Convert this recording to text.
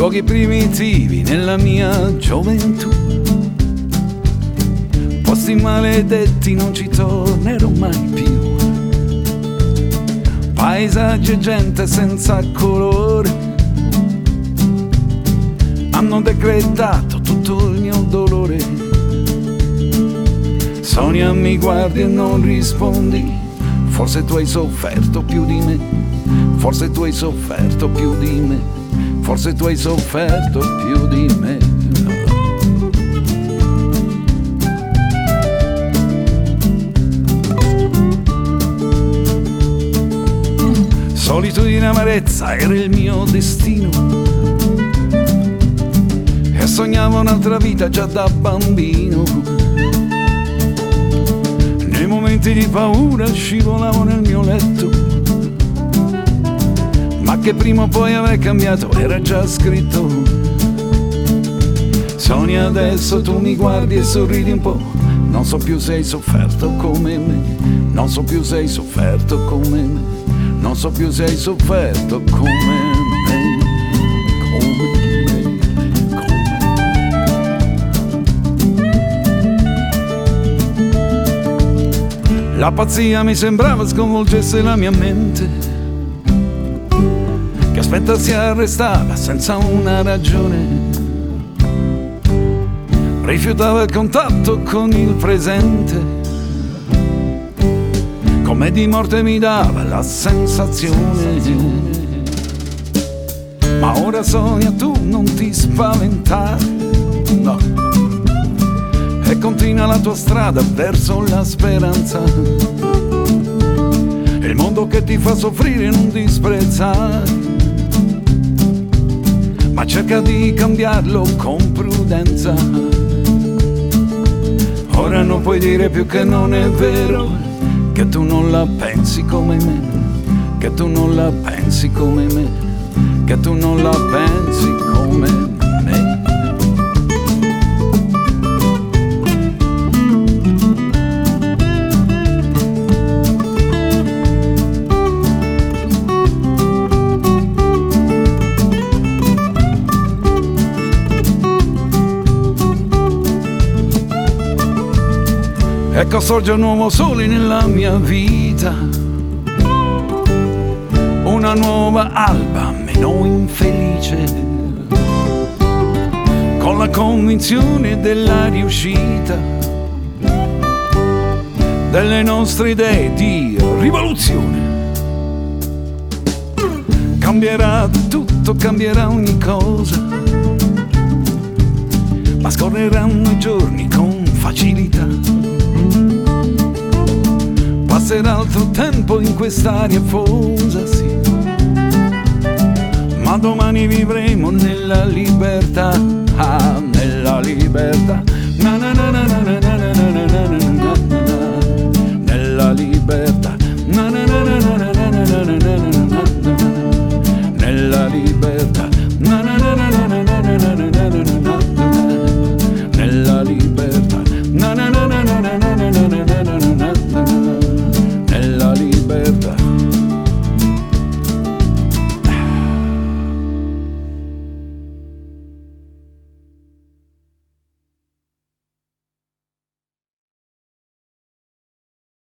luoghi primitivi nella mia gioventù, posti maledetti non ci tornerò mai più, paesaggi e gente senza colore hanno decretato tutto il mio dolore. Sonia, mi guardi e non rispondi, forse tu hai sofferto più di me, forse tu hai sofferto più di me, forse tu hai sofferto più di me. Solitudine e amarezza era il mio destino, e sognavo un'altra vita già da bambino. Nei momenti di paura scivolavo nel mio letto, ma che prima o poi avrei cambiato era già scritto. Sonia, adesso tu mi guardi e sorridi un po', non so più se hai sofferto come me, non so più se hai sofferto come me, non so più se hai sofferto come me. La pazzia mi sembrava sconvolgesse la mia mente, che aspetta si arrestava senza una ragione, rifiutava il contatto con il presente, come di morte mi dava la sensazione. Ma ora Sonia, tu non ti spaventare, no, e continua la tua strada verso la speranza. Il mondo che ti fa soffrire non disprezzare, ma cerca di cambiarlo con prudenza. Ora non puoi dire più che non è vero, che tu non la pensi come me, che tu non la pensi come me, che tu non la pensi come me. Ecco sorge un nuovo sole nella mia vita, una nuova alba meno infelice, con la convinzione della riuscita delle nostre idee di rivoluzione. Cambierà tutto, cambierà ogni cosa, ma scorreranno i giorni con facilità. Passerà altro tempo in quest'aria fosa, sì, ma domani vivremo nella libertà, nella libertà. Na na na na na na.